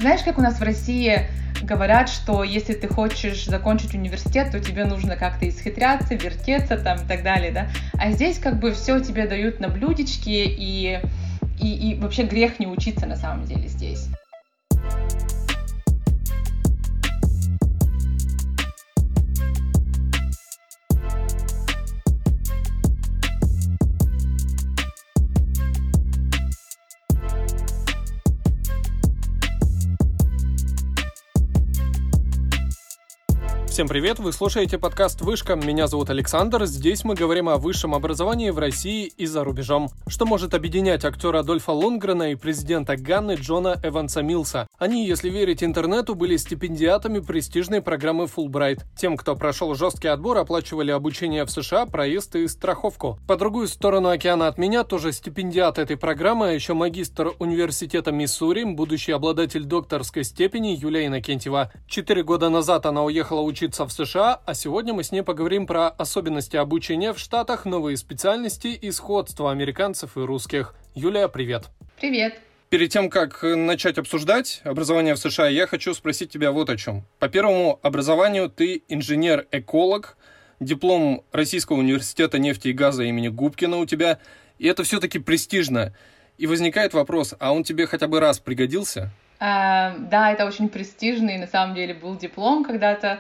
Знаешь, как у нас в России говорят, что если ты хочешь закончить университет, то тебе нужно как-то исхитряться, вертеться там и так далее, да? А здесь как бы все тебе дают на блюдечке, и вообще грех не учиться на самом деле здесь. Всем привет, вы слушаете подкаст «Вышка», меня зовут Александр, здесь мы говорим о высшем образовании в России и за рубежом. Что может объединять актера Дольфа Лундгрена и президента Ганны Джона Эванса Милса? Они, если верить интернету, были стипендиатами престижной программы Fulbright. Тем, кто прошел жесткий отбор, оплачивали обучение в США, проезд и страховку. По другую сторону океана от меня тоже стипендиат этой программы, а еще магистр университета Миссури, будущий обладатель докторской степени Юлия Иннокентьева. 4 года назад она уехала учиться в США, а сегодня мы с ней поговорим про особенности обучения в Штатах, новые специальности и сходство американцев и русских. Юлия, привет. Привет. Перед тем, как начать обсуждать образование в США, я хочу спросить тебя вот о чем. По первому образованию ты инженер-эколог, диплом Российского университета нефти и газа имени Губкина у тебя, и это все-таки престижно. И возникает вопрос, а он тебе хотя бы раз пригодился? Да, это очень престижный, на самом деле, был диплом когда-то.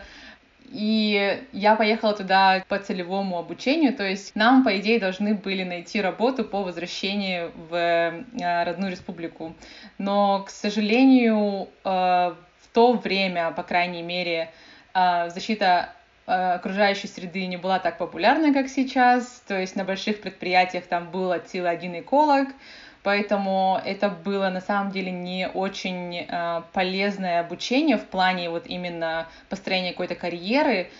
И я поехала туда по целевому обучению, то есть нам, по идее, должны были найти работу по возвращении в родную республику. Но, к сожалению, в то время, по крайней мере, защита окружающей среды не была так популярна, как сейчас. То есть на больших предприятиях там был от силы один эколог, поэтому это было на самом деле не очень полезное обучение в плане вот именно построения какой-то карьеры.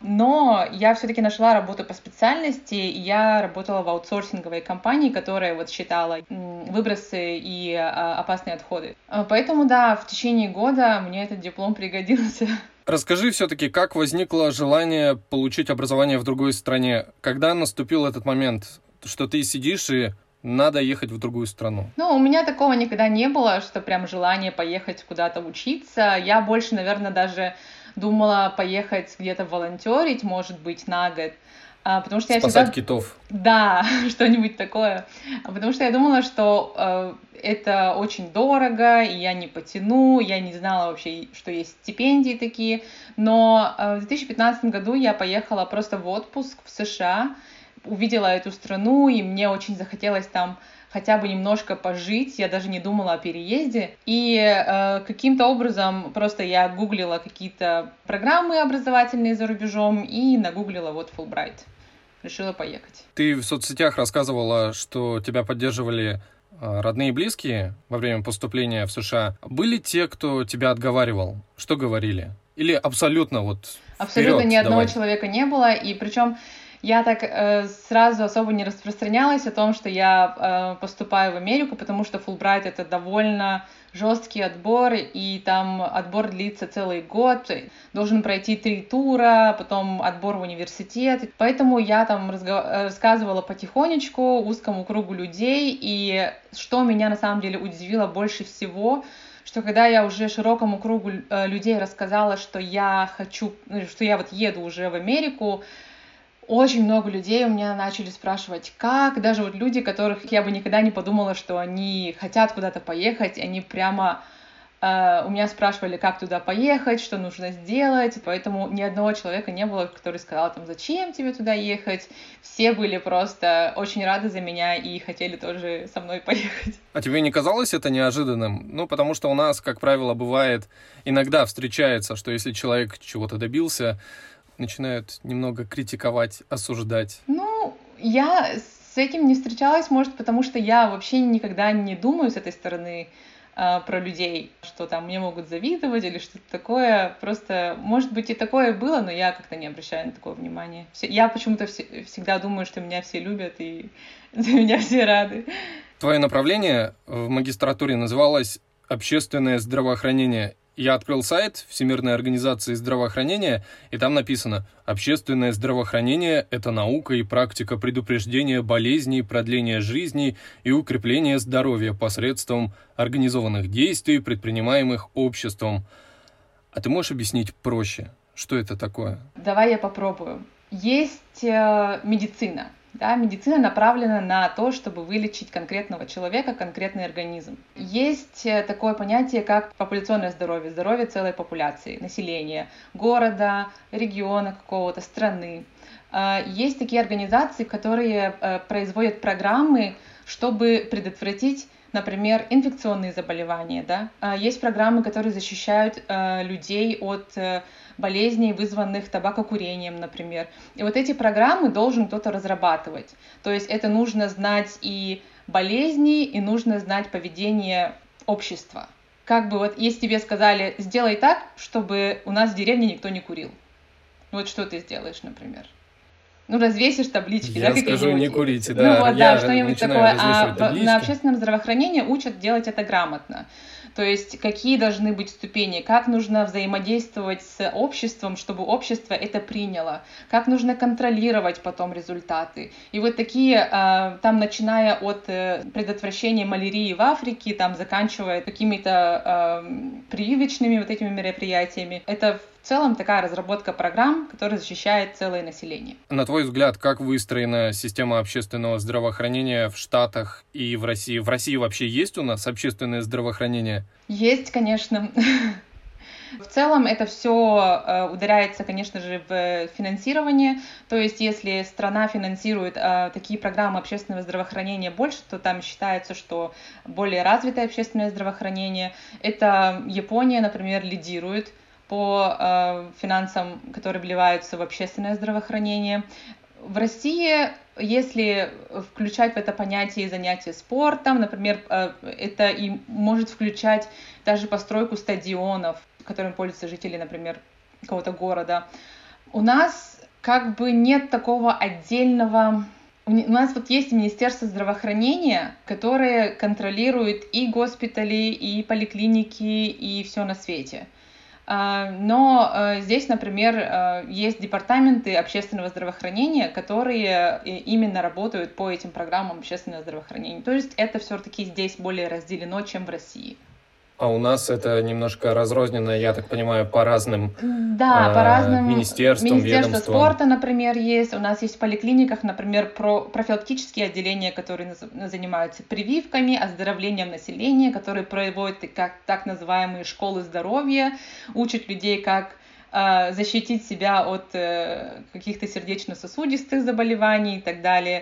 Но я все-таки нашла работу по специальности, и я работала в аутсорсинговой компании, которая вот считала выбросы и опасные отходы. Поэтому да, в течение года мне этот диплом пригодился. Расскажи все-таки, как возникло желание получить образование в другой стране? Когда наступил этот момент, что ты сидишь и надо ехать в другую страну? У меня такого никогда не было, что прям желание поехать куда-то учиться. Я больше, наверное, даже думала поехать где-то волонтерить, может быть, на год. Потому что спасать китов. Да, что-нибудь такое. Потому что я думала, что это очень дорого, и я не потяну, я не знала вообще, что есть стипендии такие. Но в 2015 году я поехала просто в отпуск в США, увидела эту страну, и мне очень захотелось там хотя бы немножко пожить, я даже не думала о переезде. И каким-то образом просто я гуглила какие-то программы образовательные за рубежом и нагуглила вот Fulbright. Решила поехать. Ты в соцсетях рассказывала, что тебя поддерживали родные и близкие во время поступления в США. Были те, кто тебя отговаривал? Что говорили? Или абсолютно вот Абсолютно вперед, ни одного давай? человека не было, и причем я так сразу особо не распространялась о том, что я поступаю в Америку, потому что Fulbright — это довольно жесткий отбор, и там отбор длится целый год, должен пройти 3 тура, потом отбор в университет. Поэтому я там рассказывала потихонечку узкому кругу людей, и что меня на самом деле удивило больше всего, что когда я уже широкому кругу людей рассказала, что я вот еду уже в Америку, очень много людей у меня начали спрашивать, как, даже вот люди, которых я бы никогда не подумала, что они хотят куда-то поехать, они прямо у меня спрашивали, как туда поехать, что нужно сделать, поэтому ни одного человека не было, который сказал, зачем тебе туда ехать. Все были просто очень рады за меня и хотели тоже со мной поехать. А тебе не казалось это неожиданным? Потому что у нас, как правило, бывает, иногда встречается, что если человек чего-то добился, начинают немного критиковать, осуждать. Я с этим не встречалась, может, потому что я вообще никогда не думаю с этой стороны про людей, что там мне могут завидовать или что-то такое. Просто, может быть, и такое было, но я как-то не обращаю на такое внимания. Я почему-то всегда думаю, что меня все любят и за меня все рады. Твое направление в магистратуре называлось «Общественное здравоохранение». Я открыл сайт Всемирной организации здравоохранения, и там написано: «Общественное здравоохранение – это наука и практика предупреждения болезней, продления жизни и укрепления здоровья посредством организованных действий, предпринимаемых обществом». А ты можешь объяснить проще, что это такое? Давай я попробую. Есть медицина. Да, медицина направлена на то, чтобы вылечить конкретного человека, конкретный организм. Есть такое понятие, как популяционное здоровье, здоровье целой популяции, населения, города, региона какого-то, страны. Есть такие организации, которые производят программы, чтобы предотвратить, например, инфекционные заболевания. Да? Есть программы, которые защищают людей от болезней, вызванных табакокурением, например. И вот эти программы должен кто-то разрабатывать. То есть это нужно знать и болезни, и нужно знать поведение общества. Как бы вот если тебе сказали, сделай так, чтобы у нас в деревне никто не курил. Вот что ты сделаешь, например? Ну, развесишь таблички, я да, какие-нибудь. Скажу, не курите, да. Ну, вот, да, что-нибудь такое. На общественном здравоохранении учат делать это грамотно. То есть, какие должны быть ступени, как нужно взаимодействовать с обществом, чтобы общество это приняло, как нужно контролировать потом результаты. И вот такие, там, начиная от предотвращения малярии в Африке, там, заканчивая какими-то прививочными вот этими мероприятиями, это в целом такая разработка программ, которая защищает целое население. На твой взгляд, как выстроена система общественного здравоохранения в Штатах и в России? В России вообще есть у нас общественное здравоохранение? Есть, конечно. В целом это все ударяется, конечно же, в финансирование. То есть если страна финансирует такие программы общественного здравоохранения больше, то там считается, что более развитое общественное здравоохранение. Это Япония, например, лидирует по финансам, которые вливаются в общественное здравоохранение. В России, если включать в это понятие занятия спортом, например, это и может включать даже постройку стадионов, которым пользуются жители, например, какого-то города. У нас как бы нет такого отдельного... У нас вот есть Министерство здравоохранения, которое контролирует и госпитали, и поликлиники, и все на свете. Но здесь, например, есть департаменты общественного здравоохранения, которые именно работают по этим программам общественного здравоохранения. То есть это все-таки здесь более разделено, чем в России. А у нас это немножко разрознено, я так понимаю, по разным по разным министерствам, Министерство спорта, например, есть. У нас есть в поликлиниках, например, профилактические отделения, которые занимаются прививками, оздоровлением населения, которые проводят так называемые школы здоровья, учат людей, как защитить себя от каких-то сердечно-сосудистых заболеваний и так далее.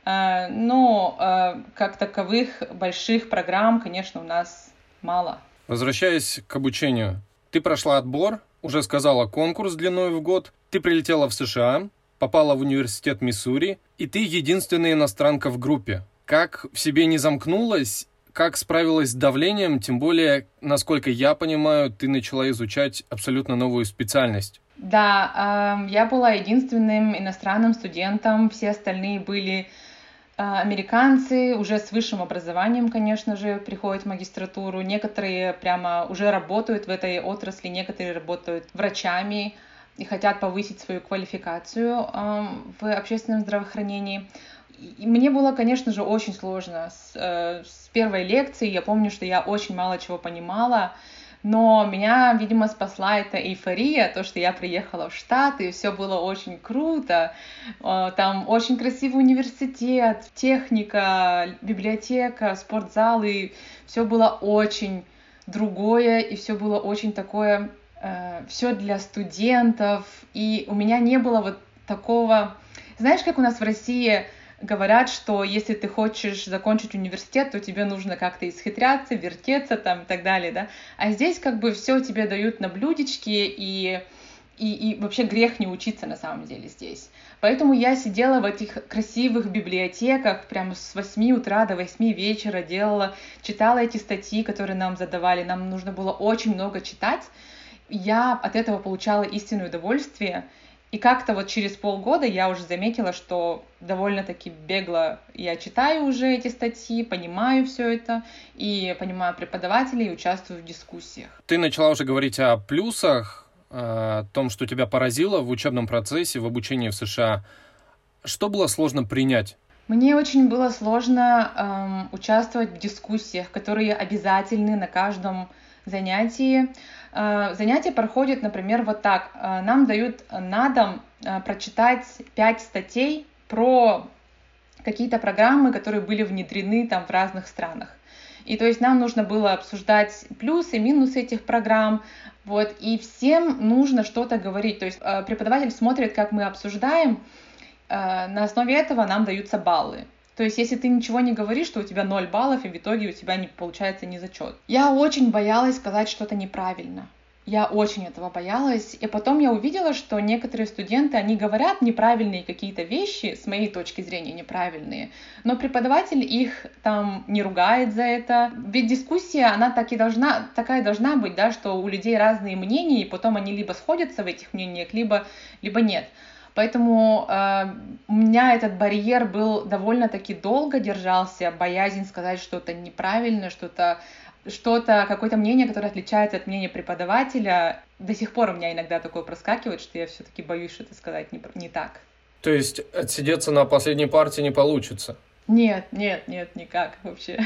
Но как таковых больших программ, конечно, у нас мало. Возвращаясь к обучению, ты прошла отбор, уже сказала конкурс длиной в год, ты прилетела в США, попала в университет Миссури, и ты единственная иностранка в группе. Как в себе не замкнулась, как справилась с давлением, тем более, насколько я понимаю, ты начала изучать абсолютно новую специальность. Да, я была единственным иностранным студентом, все остальные были американцы уже с высшим образованием, конечно же, приходят в магистратуру. Некоторые прямо уже работают в этой отрасли, некоторые работают врачами и хотят повысить свою квалификацию в общественном здравоохранении. И мне было, конечно же, очень сложно. С первой лекции я помню, что я очень мало чего понимала. Но меня, видимо, спасла эта эйфория, то, что я приехала в Штаты, и все было очень круто. Там очень красивый университет, техника, библиотека, спортзалы. Все было очень другое, и все было очень такое, все для студентов. И у меня не было вот такого... Знаешь, как у нас в России... Говорят, что если ты хочешь закончить университет, то тебе нужно как-то исхитряться, вертеться там и так далее, да. А здесь как бы все тебе дают на блюдечке, и вообще грех не учиться на самом деле здесь. Поэтому я сидела в этих красивых библиотеках прямо с 8 утра до 8 вечера, читала эти статьи, которые нам задавали. Нам нужно было очень много читать. Я от этого получала истинное удовольствие. И как-то вот через полгода я уже заметила, что довольно-таки бегло я читаю уже эти статьи, понимаю все это, и понимаю преподавателей, и участвую в дискуссиях. Ты начала уже говорить о плюсах, о том, что тебя поразило в учебном процессе, в обучении в США. Что было сложно принять? Мне очень было сложно участвовать в дискуссиях, которые обязательны на каждом занятии. Занятия проходят, например, вот так. Нам дают на дом прочитать 5 статей про какие-то программы, которые были внедрены там в разных странах. И то есть нам нужно было обсуждать плюсы, минусы этих программ, вот, и всем нужно что-то говорить. То есть преподаватель смотрит, как мы обсуждаем, на основе этого нам даются баллы. То есть, если ты ничего не говоришь, то у тебя 0 баллов, и в итоге у тебя не получается ни зачет. Я очень боялась сказать что-то неправильно. Я очень этого боялась. И потом я увидела, что некоторые студенты, они говорят неправильные какие-то вещи, с моей точки зрения неправильные, но преподаватель их там не ругает за это. Ведь дискуссия, она такая должна быть, да, что у людей разные мнения, и потом они либо сходятся в этих мнениях, либо нет. Поэтому у меня этот барьер был довольно-таки долго держался, боязнь сказать что-то неправильно, какое-то мнение, которое отличается от мнения преподавателя. До сих пор у меня иногда такое проскакивает, что я все-таки боюсь что-то сказать не так. То есть отсидеться на последней партии не получится? Нет, никак вообще.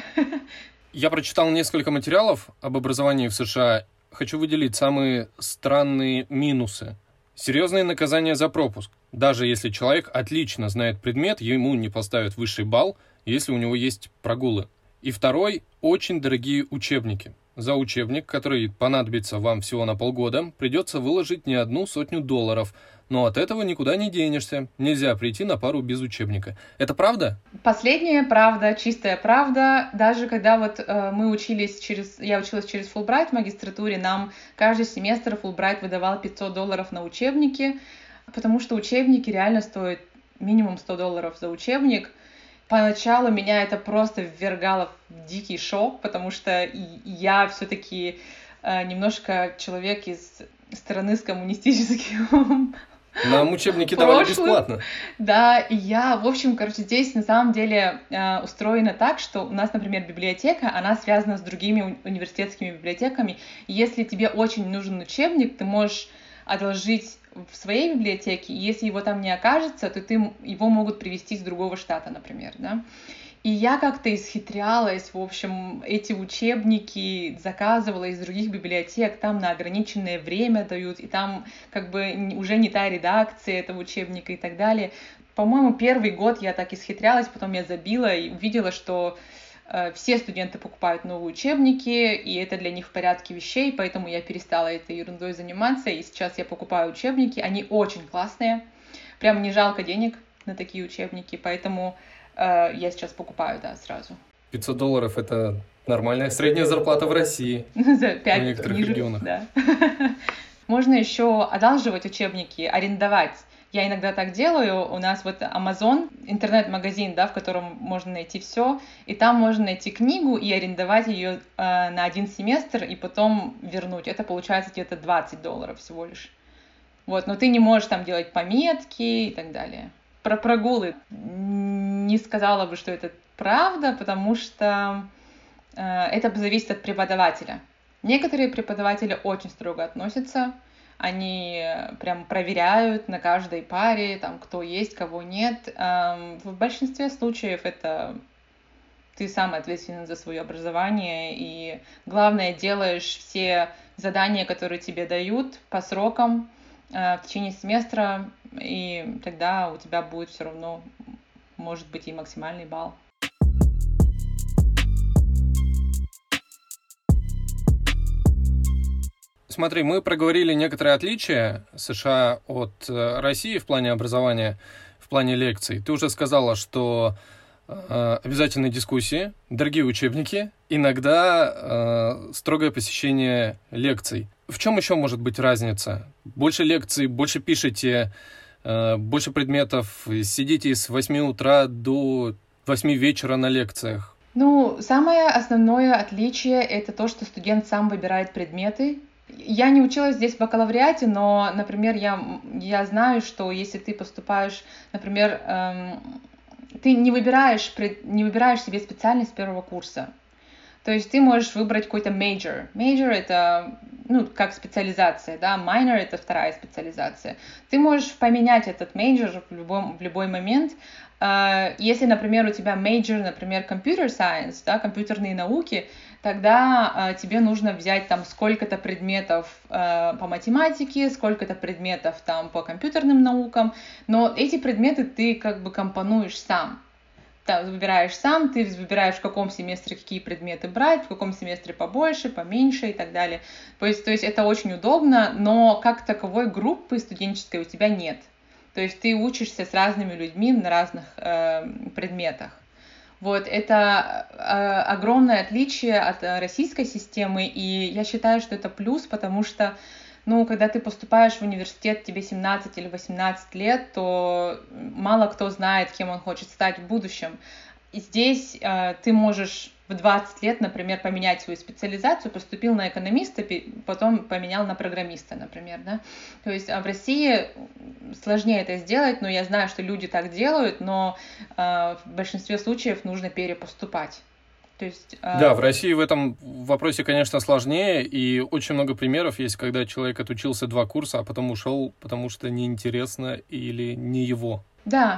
Я прочитал несколько материалов об образовании в США. Хочу выделить самые странные минусы. Серьезные наказания за пропуск. Даже если человек отлично знает предмет, ему не поставят высший балл, если у него есть прогулы. И второй – очень дорогие учебники. За учебник, который понадобится вам всего на полгода, придется выложить не $100, но от этого никуда не денешься. Нельзя прийти на пару без учебника. Это правда? Последняя правда, чистая правда. Даже когда вот я училась через Fulbright в магистратуре, нам каждый семестр Fulbright выдавал $500 на учебники, потому что учебники реально стоят минимум $100 за учебник. Поначалу меня это просто ввергало в дикий шок, потому что я все-таки немножко человек из страны с коммунистическим нам учебники давали бесплатно. Да, и здесь на самом деле устроено так, что у нас, например, библиотека, она связана с другими университетскими библиотеками. И если тебе очень нужен учебник, ты можешь одолжить в своей библиотеке, и если его там не окажется, то его могут привезти из другого штата, например, да. И я как-то исхитрялась, в общем, эти учебники заказывала из других библиотек, там на ограниченное время дают, и там как бы уже не та редакция этого учебника и так далее. По-моему, первый год я так исхитрялась, потом я забила и увидела, что все студенты покупают новые учебники, и это для них в порядке вещей, поэтому я перестала этой ерундой заниматься, и сейчас я покупаю учебники, они очень классные, прям не жалко денег на такие учебники, поэтому я сейчас покупаю, да, сразу. $500 — это нормальная средняя зарплата в России. За 5 в некоторых регионах. Да. Можно еще одалживать учебники, арендовать. Я иногда так делаю. У нас вот Amazon, интернет-магазин, да, в котором можно найти все, и там можно найти книгу и арендовать ее на 1 семестр и потом вернуть. Это получается где-то $20 всего лишь. Вот, но ты не можешь там делать пометки и так далее. Про прогулы не сказала бы, что это правда, потому что это зависит от преподавателя. Некоторые преподаватели очень строго относятся. Они прям проверяют на каждой паре, там, кто есть, кого нет. В большинстве случаев это ты сам ответственен за свое образование, и главное, делаешь все задания, которые тебе дают по срокам в течение семестра, и тогда у тебя будет все равно, может быть, и максимальный балл. Смотри, мы проговорили некоторые отличия США от России в плане образования, в плане лекций. Ты уже сказала, что обязательные дискуссии, дорогие учебники, иногда строгое посещение лекций. В чем еще может быть разница? Больше лекций, больше пишете, больше предметов, сидите с 8 утра до 8 вечера на лекциях? Ну, самое основное отличие — это то, что студент сам выбирает предметы, Я не училась здесь в бакалавриате, но, например, я знаю, что если ты поступаешь, например, ты не выбираешь себе специальность с первого курса. То есть ты можешь выбрать какой-то major. Major — это, как специализация, да, minor — это вторая специализация. Ты можешь поменять этот major в любой момент. Если, например, у тебя major, например, computer science, да, компьютерные науки, тогда тебе нужно взять там сколько-то предметов по математике, сколько-то предметов там по компьютерным наукам, но эти предметы ты как бы компонуешь сам. Ты выбираешь сам, ты выбираешь, в каком семестре какие предметы брать, в каком семестре побольше, поменьше и так далее. То есть это очень удобно, но как таковой группы студенческой у тебя нет. То есть ты учишься с разными людьми на разных предметах. Вот, это огромное отличие от российской системы, и я считаю, что это плюс, потому что когда ты поступаешь в университет, тебе 17 или 18 лет, то мало кто знает, кем он хочет стать в будущем. И здесь ты можешь в 20 лет, например, поменять свою специализацию, поступил на экономиста, потом поменял на программиста, например, да. То есть в России сложнее это сделать, но я знаю, что люди так делают, но в большинстве случаев нужно перепоступать. То есть, Да, в России в этом вопросе, конечно, сложнее, и очень много примеров есть, когда человек отучился 2 курса, а потом ушел, потому что неинтересно или не его. Да.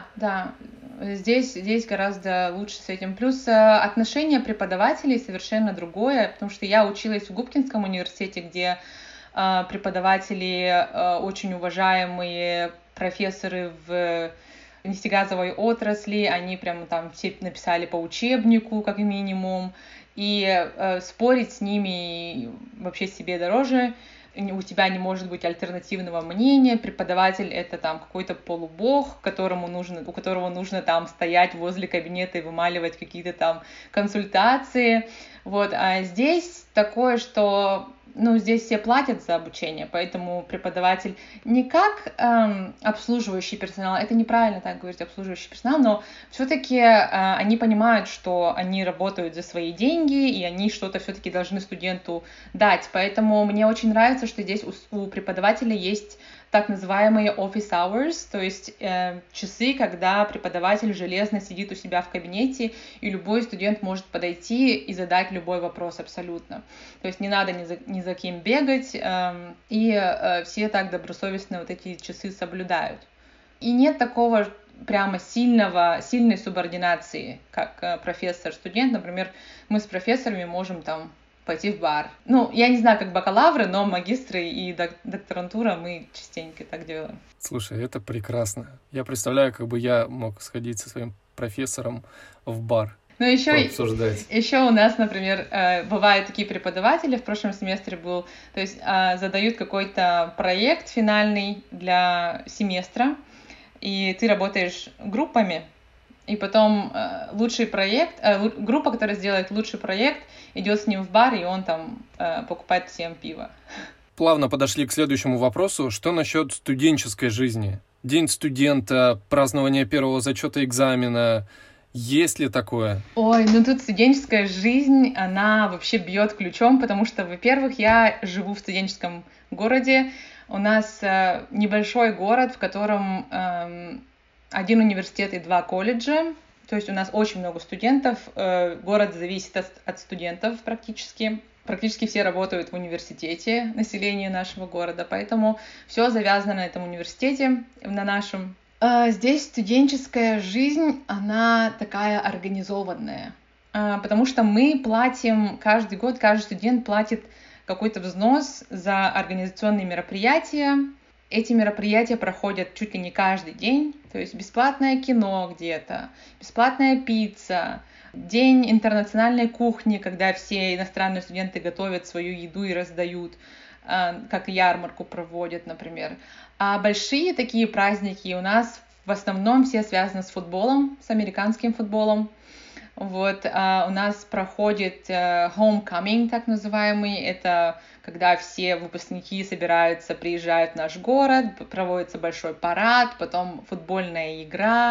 Здесь гораздо лучше с этим. Плюс отношение преподавателей совершенно другое, потому что я училась в Губкинском университете, где преподаватели очень уважаемые, профессоры в нефтегазовой отрасли, они прямо там все написали по учебнику, как минимум, и спорить с ними вообще себе дороже. У тебя не может быть альтернативного мнения, преподаватель — это там какой-то полубог, у которого нужно там стоять возле кабинета и вымаливать какие-то там консультации. Вот. А здесь такое, что здесь все платят за обучение, поэтому преподаватель не как обслуживающий персонал, это неправильно так говорить, обслуживающий персонал, но все-таки они понимают, что они работают за свои деньги, и они что-то все-таки должны студенту дать. Поэтому мне очень нравится, что здесь у преподавателя есть так называемые office hours, то есть часы, когда преподаватель железно сидит у себя в кабинете, и любой студент может подойти и задать любой вопрос абсолютно. То есть не надо ни за кем бегать, и все так добросовестно вот эти часы соблюдают. И нет такого прямо сильной субординации, как профессор-студент. Например, мы с профессорами можем там пойти в бар. Я не знаю, как бакалавры, но магистры и докторантура мы частенько так делаем. Слушай, это прекрасно. Я представляю, как бы я мог сходить со своим профессором в бар. Еще у нас, например, бывают такие преподаватели, в прошлом семестре был, то есть задают какой-то проект финальный для семестра, и ты работаешь группами, и потом группа, которая сделает лучший проект, идет с ним в бар, и он там покупает всем пиво. Плавно подошли к следующему вопросу. Что насчет студенческой жизни? День студента, празднование первого зачета экзамена. Есть ли такое? Ой, тут студенческая жизнь, она вообще бьет ключом, потому что, во-первых, я живу в студенческом городе. У нас небольшой город, в котором 1 университет и 2 колледжа. То есть у нас очень много студентов. Город зависит от студентов практически. Практически все работают в университете, население нашего города, поэтому все завязано на этом университете, на нашем. Здесь студенческая жизнь, она такая организованная, потому что мы платим каждый год, каждый студент платит какой-то взнос за организационные мероприятия. Эти мероприятия проходят чуть ли не каждый день, то есть бесплатное кино где-то, бесплатная пицца, день интернациональной кухни, когда все иностранные студенты готовят свою еду и раздают, как ярмарку проводят, например. А большие такие праздники у нас в основном все связаны с футболом, с американским футболом. Вот, у нас проходит homecoming, так называемый, это когда все выпускники собираются, приезжают в наш город, проводится большой парад, потом футбольная игра.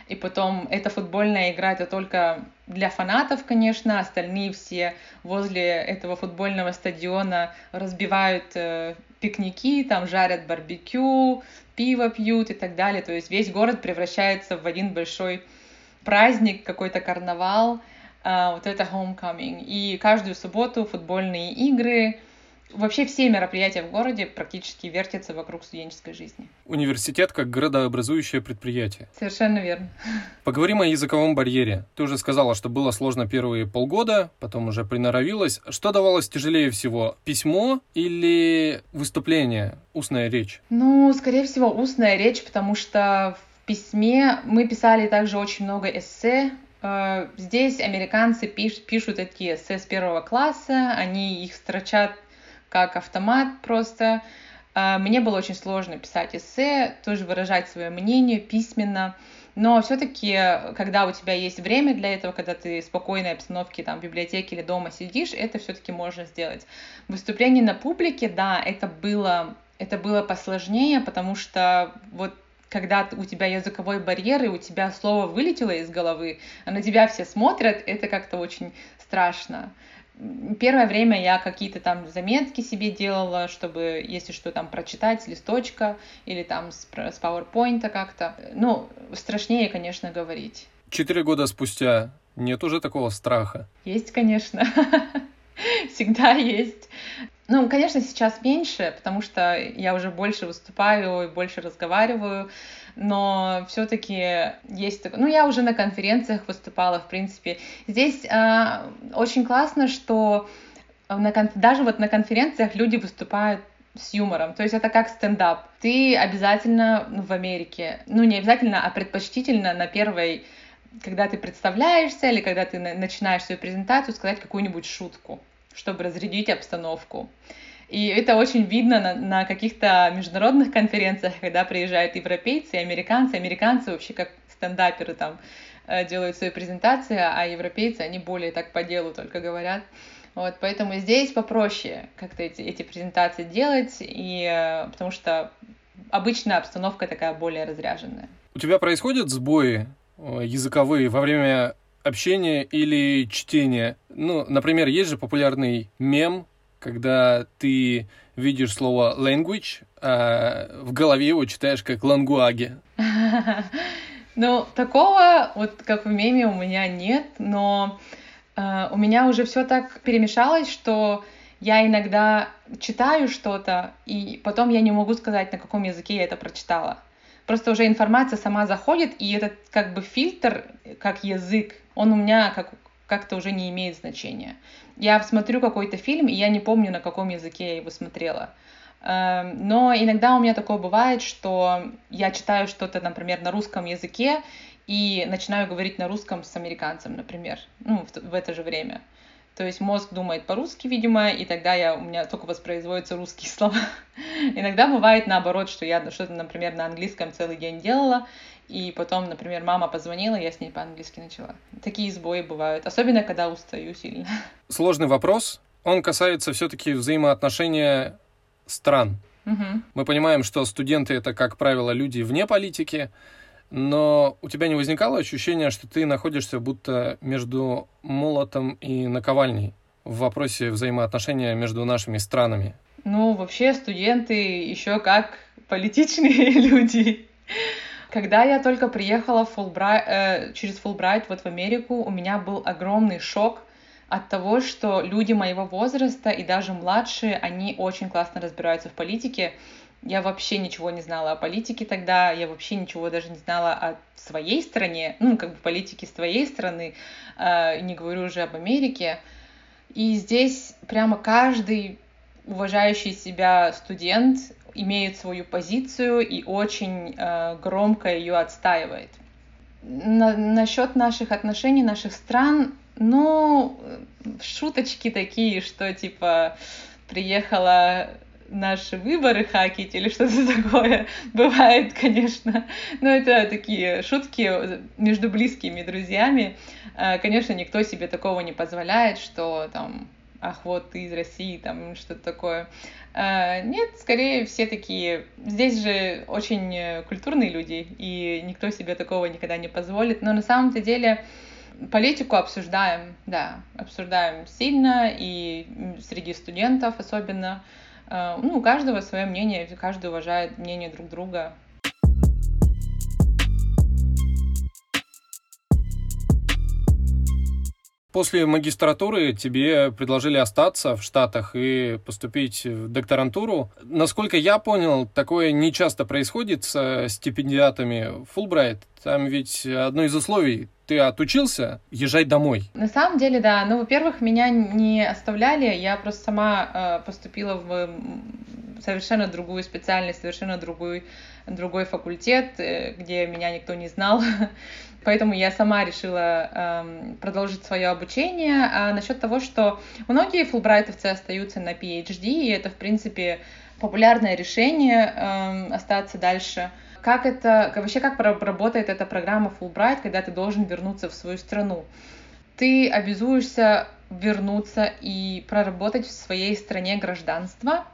и потом эта футбольная игра — это только для фанатов, конечно, остальные все возле этого футбольного стадиона разбивают пикники, там жарят барбекю, пиво пьют и так далее. То есть весь город превращается в один большой праздник, какой-то карнавал, вот это homecoming. И каждую субботу футбольные игры. Вообще все мероприятия в городе практически вертятся вокруг студенческой жизни. Университет как градообразующее предприятие. Совершенно верно. Поговорим о языковом барьере. Ты уже сказала, что было сложно первые полгода, потом уже приноровилась. Что давалось тяжелее всего? Письмо или выступление, устная речь? Ну, скорее всего, устная речь, потому что в письме мы писали также очень много эссе. Здесь американцы пишут такие эссе с первого класса, они их строчат как автомат просто. Мне было очень сложно писать эссе, тоже выражать свое мнение письменно. Но все-таки, когда у тебя есть время для этого, когда ты в спокойной обстановке там, в библиотеке или дома сидишь, это все-таки можно сделать. Выступление на публике, да, это было посложнее, потому что вот когда у тебя языковой барьер, и у тебя слово вылетело из головы, а на тебя все смотрят, это как-то очень страшно. Первое время я какие-то там заметки себе делала, чтобы, если что, там прочитать с листочка или там с PowerPoint как-то. Ну, страшнее, конечно, говорить. 4 года спустя нет уже такого страха? Есть, конечно. Всегда есть. Ну, конечно, сейчас меньше, потому что я уже больше выступаю и больше разговариваю, но все-таки есть такое. Ну, я уже на конференциях выступала, в принципе. Здесь очень классно, что даже вот на конференциях люди выступают с юмором. То есть это как стендап. Ты обязательно в Америке, ну, не обязательно, а предпочтительно на первой, когда ты представляешься или когда ты начинаешь свою презентацию, сказать какую-нибудь шутку, чтобы разрядить обстановку. И это очень видно на каких-то международных конференциях, когда приезжают европейцы и американцы. Американцы вообще как стендаперы там делают свои презентации, а европейцы, они более так по делу только говорят. Вот, поэтому здесь попроще как-то эти презентации делать, и, потому что обычно обстановка такая более разряженная. У тебя происходят сбои языковые во время общения или чтения? Ну, например, есть же популярный мем, когда ты видишь слово language, а в голове его читаешь как лангуаге. Ну, такого, вот как в меме, у меня нет, но у меня уже все так перемешалось, что я иногда читаю что-то, и потом я не могу сказать, на каком языке я это прочитала. Просто уже информация сама заходит, и этот как бы фильтр, как язык, он у меня как-то уже не имеет значения. Я смотрю какой-то фильм, и я не помню, на каком языке я его смотрела. Но иногда у меня такое бывает, что я читаю что-то, например, на русском языке, и начинаю говорить на русском с американцем, например, ну, в это же время. То есть мозг думает по-русски, видимо, и тогда у меня только воспроизводятся русские слова. Иногда бывает наоборот, что я что-то, например, на английском целый день делала, и потом, например, мама позвонила, я с ней по-английски начала. Такие сбои бывают, особенно когда устаю сильно. Сложный вопрос. Он касается все-таки взаимоотношения стран. Угу. Мы понимаем, что студенты — это, как правило, люди вне политики, но у тебя не возникало ощущения, что ты находишься будто между молотом и наковальней в вопросе взаимоотношения между нашими странами? Ну, вообще студенты еще как политичные люди. Когда я только приехала через Фулбрайт вот в Америку, у меня был огромный шок от того, что люди моего возраста и даже младшие, они очень классно разбираются в политике. Я вообще ничего не знала о политике тогда, я вообще ничего даже не знала о своей стране, ну, как бы политике своей страны, не говорю уже об Америке. И здесь прямо каждый уважающий себя студент имеет свою позицию и очень громко ее отстаивает. Насчет наших отношений, наших стран, ну, шуточки такие, что типа приехала наши выборы хакить или что-то такое. Бывает, конечно. Но это такие шутки между близкими друзьями. Конечно, никто себе такого не позволяет, что там, ах, вот ты из России, там что-то такое. Нет, скорее все такие... Здесь же очень культурные люди, и никто себе такого никогда не позволит. Но на самом-то деле политику обсуждаем, да, обсуждаем сильно, и среди студентов особенно. У каждого свое мнение, каждый уважает мнение друг друга. После магистратуры тебе предложили остаться в Штатах и поступить в докторантуру. Насколько я понял, такое не часто происходит с стипендиатами Fulbright. Там ведь одно из условий — ты отучился, езжай домой. На самом деле, да. Во-первых, меня не оставляли. Я просто сама поступила в совершенно другую специальность, совершенно другой факультет, где меня никто не знал. Поэтому я сама решила продолжить свое обучение. А насчет того, что многие фулбрайтовцы остаются на PhD, и это, в принципе, популярное решение остаться дальше. Как работает эта программа Fulbright, когда ты должен вернуться в свою страну? Ты обязуешься вернуться и проработать в своей стране гражданство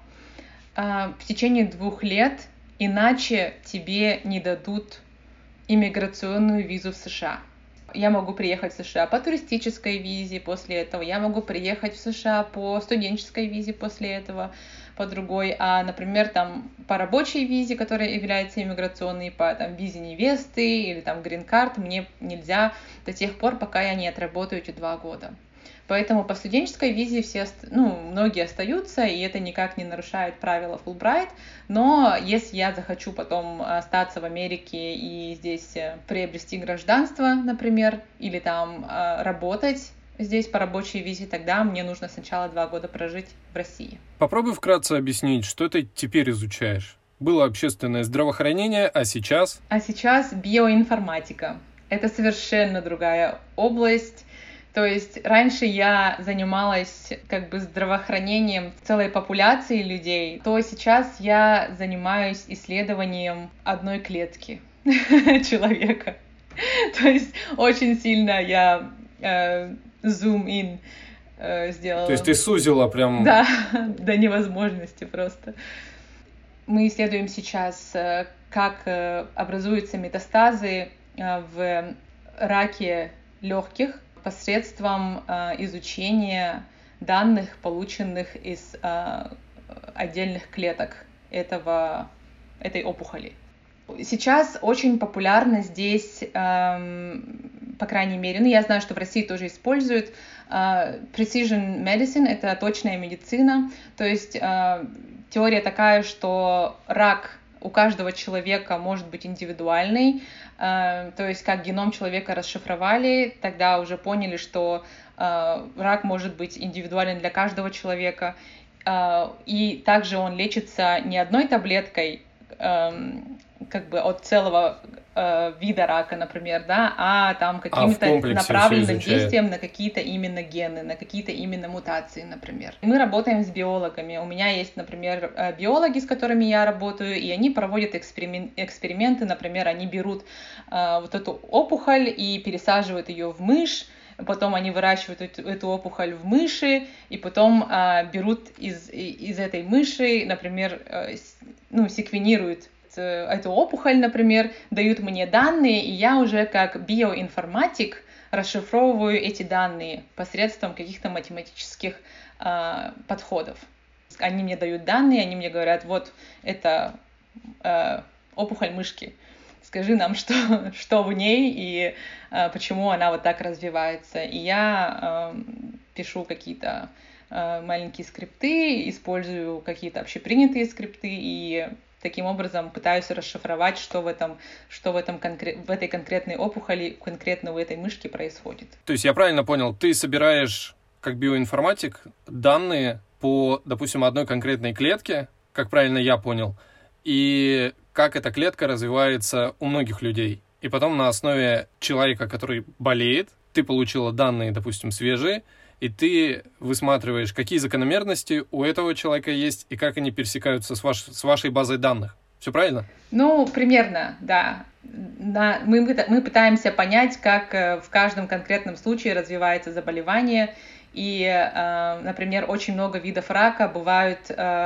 в течение 2 лет, иначе тебе не дадут иммиграционную визу в США. Я могу приехать в США по туристической визе после этого, я могу приехать в США по студенческой визе после этого, по другой, например, там по рабочей визе, которая является иммиграционной, по визе невесты или грин-карт мне нельзя до тех пор, пока я не отработаю эти 2 года. Поэтому по студенческой визе многие остаются, и это никак не нарушает правила Fulbright. Но если я захочу потом остаться в Америке и здесь приобрести гражданство, например, или там работать здесь по рабочей визе, тогда мне нужно сначала 2 года прожить в России. Попробуй вкратце объяснить, что ты теперь изучаешь. Было общественное здравоохранение, а сейчас? А сейчас биоинформатика. Это совершенно другая область. То есть раньше я занималась здравоохранением целой популяции людей, то сейчас я занимаюсь исследованием одной клетки человека. То есть очень сильно я зум-ин сделала. То есть ты сузила прям... Да, до невозможности просто. Мы исследуем сейчас, как образуются метастазы в раке легких посредством изучения данных, полученных из отдельных клеток этой опухоли. Сейчас очень популярно здесь, по крайней мере, я знаю, что в России тоже используют precision medicine, это точная медицина, то есть теория такая, что рак у каждого человека может быть индивидуальный, то есть как геном человека расшифровали, тогда уже поняли, что рак может быть индивидуален для каждого человека, и также он лечится не одной таблеткой, от целого вида рака, например, да, а там каким-то направленным действием на какие-то именно гены, на какие-то именно мутации, например. Мы работаем с биологами. У меня есть, например, биологи, с которыми я работаю, и они проводят эксперименты, например, они берут вот эту опухоль и пересаживают ее в мышь, потом они выращивают эту опухоль в мыши, и потом берут из этой мыши, например, секвенируют эту опухоль, например, дают мне данные, и я уже как биоинформатик расшифровываю эти данные посредством каких-то математических подходов. Они мне дают данные, они мне говорят, вот это опухоль мышки, скажи нам, что в ней и почему она вот так развивается. И я пишу какие-то маленькие скрипты, использую какие-то общепринятые скрипты и таким образом пытаюсь расшифровать, что в этой конкретной опухоли, конкретно в этой мышке происходит. То есть я правильно понял, ты собираешь как биоинформатик данные по, допустим, одной конкретной клетке, как правильно я понял, и как эта клетка развивается у многих людей. И потом на основе человека, который болеет, ты получила данные, допустим, свежие, и ты высматриваешь, какие закономерности у этого человека есть и как они пересекаются с вашей базой данных. Все правильно? Примерно, да. Мы пытаемся понять, как в каждом конкретном случае развивается заболевание. И, например, очень много видов рака бывают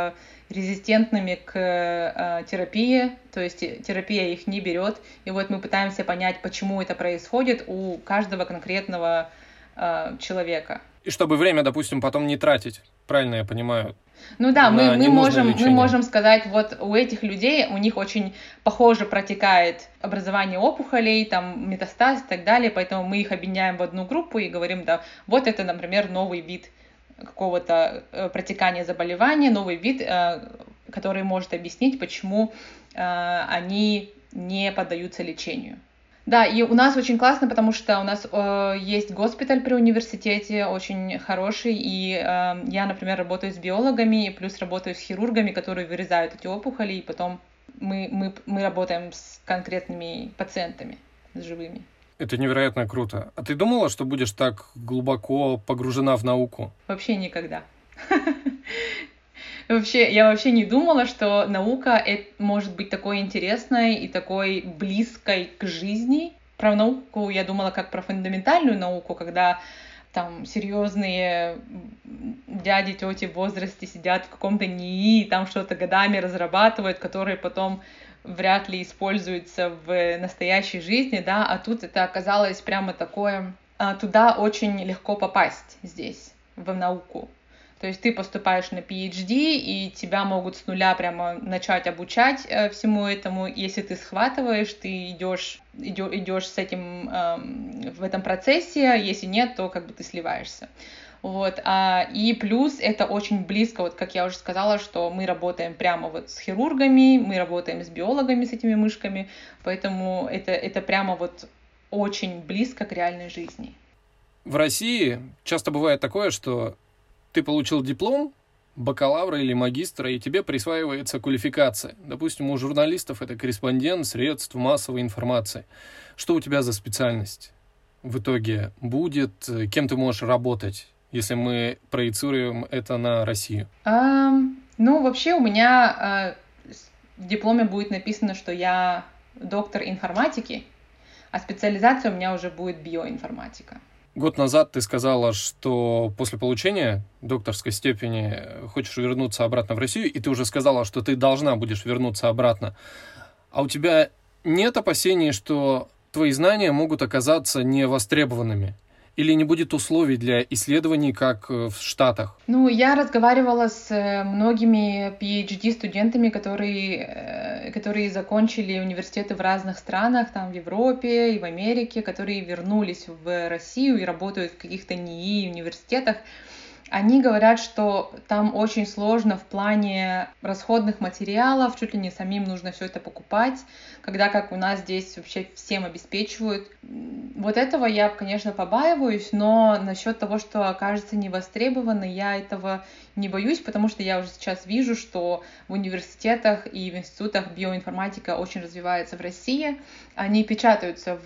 резистентными к терапии, то есть терапия их не берет. И вот мы пытаемся понять, почему это происходит у каждого конкретного человека. И чтобы время, допустим, потом не тратить, правильно я понимаю? Ну да, мы можем сказать, вот у этих людей, у них очень похоже протекает образование опухолей, там метастаз и так далее, поэтому мы их объединяем в одну группу и говорим, да, вот это, например, новый вид какого-то протекания заболевания, новый вид, который может объяснить, почему они не поддаются лечению. Да, и у нас очень классно, потому что у нас есть госпиталь при университете, очень хороший, и я, например, работаю с биологами, плюс работаю с хирургами, которые вырезают эти опухоли, и потом мы работаем с конкретными пациентами, с живыми. Это невероятно круто. А ты думала, что будешь так глубоко погружена в науку? Вообще никогда. Я вообще не думала, что наука может быть такой интересной и такой близкой к жизни. Про науку я думала как про фундаментальную науку, когда там серьезные дяди, тети в возрасте сидят в каком-то НИИ, и там что-то годами разрабатывают, которые потом вряд ли используются в настоящей жизни, да, а тут это оказалось прямо такое, туда очень легко попасть здесь, в науку. То есть ты поступаешь на PhD, и тебя могут с нуля прямо начать обучать всему этому. Если ты схватываешь, ты идешь с этим в этом процессе, если нет, то как бы ты сливаешься. Вот. И плюс это очень близко, вот как я уже сказала, что мы работаем прямо вот с хирургами, мы работаем с биологами, с этими мышками, поэтому это прямо вот очень близко к реальной жизни. В России часто бывает такое, что ты получил диплом бакалавра или магистра, и тебе присваивается квалификация. Допустим, у журналистов это корреспондент средств массовой информации. Что у тебя за специальность в итоге будет? Кем ты можешь работать, если мы проецируем это на Россию? Вообще у меня в дипломе будет написано, что я доктор информатики, а специализация у меня уже будет биоинформатика. Год назад ты сказала, что после получения докторской степени хочешь вернуться обратно в Россию, и ты уже сказала, что ты должна будешь вернуться обратно. А у тебя нет опасений, что твои знания могут оказаться невостребованными? Или не будет условий для исследований, как в Штатах? Я разговаривала с многими PhD-студентами, которые закончили университеты в разных странах, там в Европе и в Америке, которые вернулись в Россию и работают в каких-то НИИ, университетах. Они говорят, что там очень сложно в плане расходных материалов, чуть ли не самим нужно все это покупать, когда как у нас здесь вообще всем обеспечивают. Вот этого я, конечно, побаиваюсь, но насчет того, что окажется невостребованной, я этого не боюсь, потому что я уже сейчас вижу, что в университетах и в институтах биоинформатика очень развивается в России. Они печатаются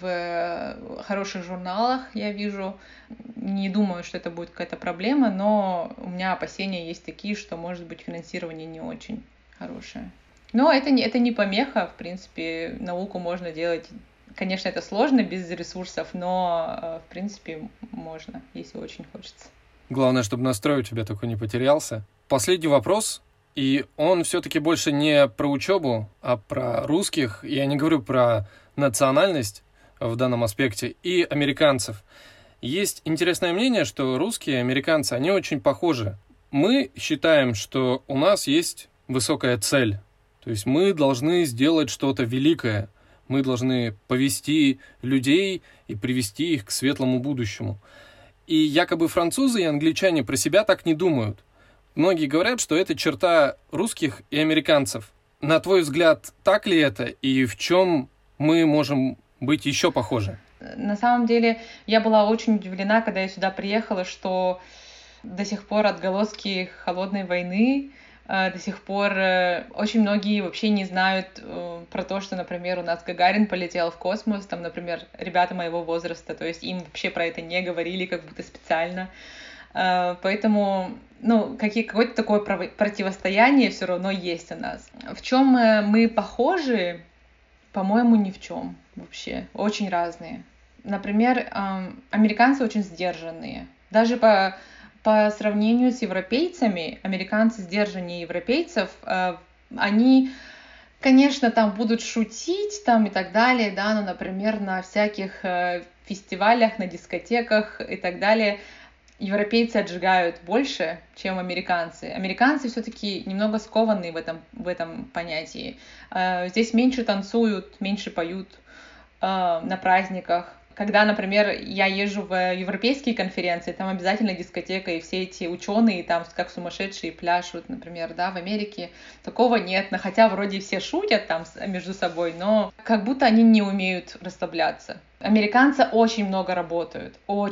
в хороших журналах, я вижу. Не думаю, что это будет какая-то проблема, но у меня опасения есть такие, что, может быть, финансирование не очень хорошее. Но это не помеха, в принципе, науку можно делать. Конечно, это сложно без ресурсов, но, в принципе, можно, если очень хочется. Главное, чтобы настрой у тебя такой не потерялся. Последний вопрос, и он все-таки больше не про учебу, а про русских, я не говорю про национальность в данном аспекте, и американцев. Есть интересное мнение, что русские и американцы, они очень похожи. Мы считаем, что у нас есть высокая цель. То есть мы должны сделать что-то великое. Мы должны повести людей и привести их к светлому будущему. И якобы французы и англичане про себя так не думают. Многие говорят, что это черта русских и американцев. На твой взгляд, так ли это? И в чем мы можем быть еще похожи? На самом деле, я была очень удивлена, когда я сюда приехала, что до сих пор отголоски холодной войны, до сих пор очень многие вообще не знают про то, что, например, у нас Гагарин полетел в космос, там, например, ребята моего возраста, то есть им вообще про это не говорили, как будто специально. Поэтому, какое-то такое противостояние все равно есть у нас. В чем мы похожи? По-моему, ни в чем вообще. Очень разные. Например, американцы очень сдержанные. Даже по сравнению с европейцами, американцы сдержаннее европейцев, они, конечно, там будут шутить там и так далее, да, но, например, на всяких фестивалях, на дискотеках и так далее европейцы отжигают больше, чем американцы. Американцы все-таки немного скованные в этом понятии. Здесь меньше танцуют, меньше поют на праздниках. Когда, например, я езжу в европейские конференции, там обязательно дискотека, и все эти ученые там как сумасшедшие пляшут, например, да, в Америке такого нет, хотя вроде все шутят там между собой, но как будто они не умеют расслабляться. Американцы очень много работают.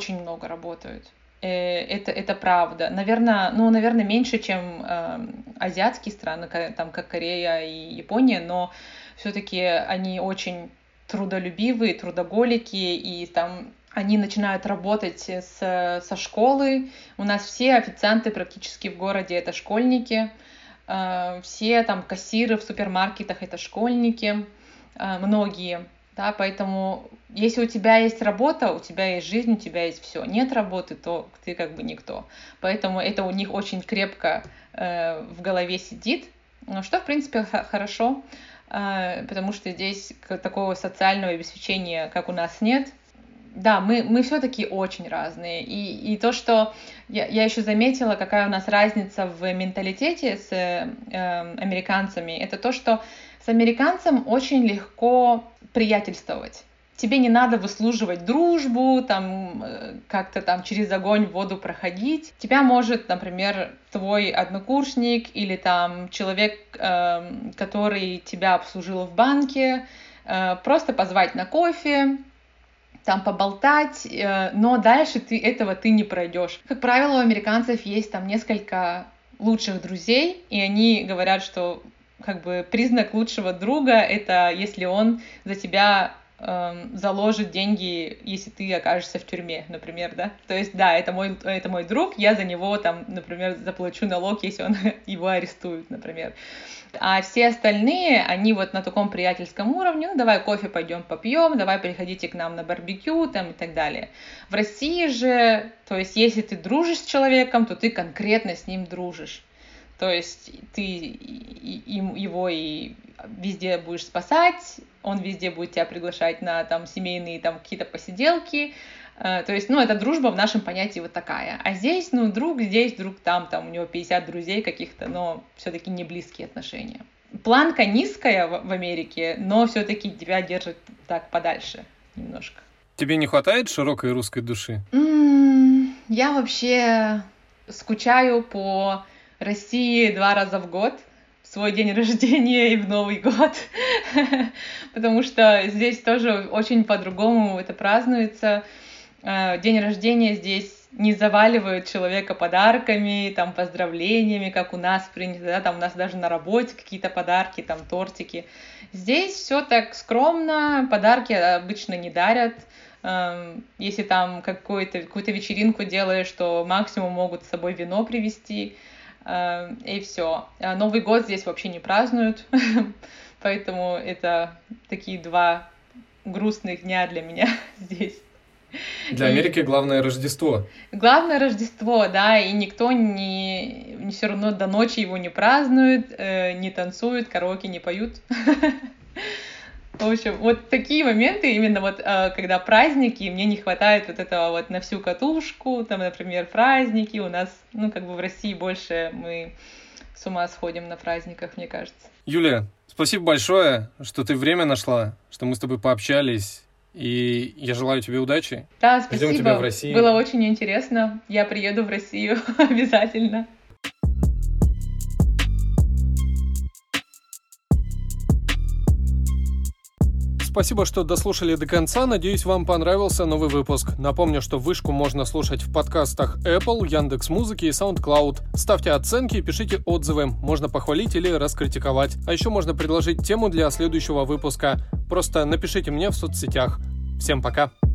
Это правда. Наверное, меньше, чем азиатские страны, там как Корея и Япония, но все-таки они очень трудолюбивые, трудоголики, и там они начинают работать со школы. У нас все официанты практически в городе — это школьники, все там кассиры в супермаркетах — это школьники, многие. Да, поэтому если у тебя есть работа, у тебя есть жизнь, у тебя есть все. Нет работы, то ты как бы никто. Поэтому это у них очень крепко в голове сидит, что, в принципе, хорошо, потому что здесь такого социального обеспечения, как у нас, нет. Да, мы все-таки очень разные. И то, что я еще заметила, какая у нас разница в менталитете с американцами, это то, что с американцем очень легко приятельствовать. Тебе не надо выслуживать дружбу, там, как-то там через огонь в воду проходить. Тебя может, например, твой однокурсник или там человек, который тебя обслужил в банке, просто позвать на кофе, там поболтать, но дальше ты не пройдешь. Как правило, у американцев есть там несколько лучших друзей, и они говорят, что как бы признак лучшего друга — это если он за тебя заложит деньги, если ты окажешься в тюрьме, например, да. То есть, да, это мой друг, я за него там, например, заплачу налог, если он его арестует, например. А все остальные, они вот на таком приятельском уровне: ну, давай кофе пойдем попьем, давай приходите к нам на барбекю, там, и так далее. В России же, то есть, если ты дружишь с человеком, то ты конкретно с ним дружишь. То есть ты его и везде будешь спасать, он везде будет тебя приглашать на там семейные там какие-то посиделки. То есть, это дружба в нашем понятии вот такая. А здесь, друг здесь, друг там у него 50 друзей каких-то, но все-таки не близкие отношения. Планка низкая в Америке, но все-таки тебя держит так подальше немножко. Тебе не хватает широкой русской души? Я вообще скучаю по России 2 раза в год, в свой день рождения и в Новый год, потому что здесь тоже очень по-другому это празднуется. День рождения здесь не заваливают человека подарками, там, поздравлениями, как у нас принято, да, там у нас даже на работе какие-то подарки, там, тортики. Здесь все так скромно, подарки обычно не дарят. Если там какую-то вечеринку делаешь, то максимум могут с собой вино привезти, и все. Новый год здесь вообще не празднуют, поэтому это такие 2 грустных дня для меня здесь. Для Америки главное Рождество. Главное Рождество, да, и никто не все равно до ночи его не празднует, не танцует, караоке не поют. В общем, вот такие моменты, именно вот когда праздники, мне не хватает вот этого вот на всю катушку, там, например, праздники у нас, в России больше мы с ума сходим на праздниках, мне кажется. Юлия, спасибо большое, что ты время нашла, что мы с тобой пообщались, и я желаю тебе удачи. Да, спасибо. Ждем тебя в России. Было очень интересно. Я приеду в Россию обязательно. Спасибо, что дослушали до конца. Надеюсь, вам понравился новый выпуск. Напомню, что Вышку можно слушать в подкастах Apple, Яндекс.Музыки и SoundCloud. Ставьте оценки и пишите отзывы. Можно похвалить или раскритиковать. А еще можно предложить тему для следующего выпуска. Просто напишите мне в соцсетях. Всем пока!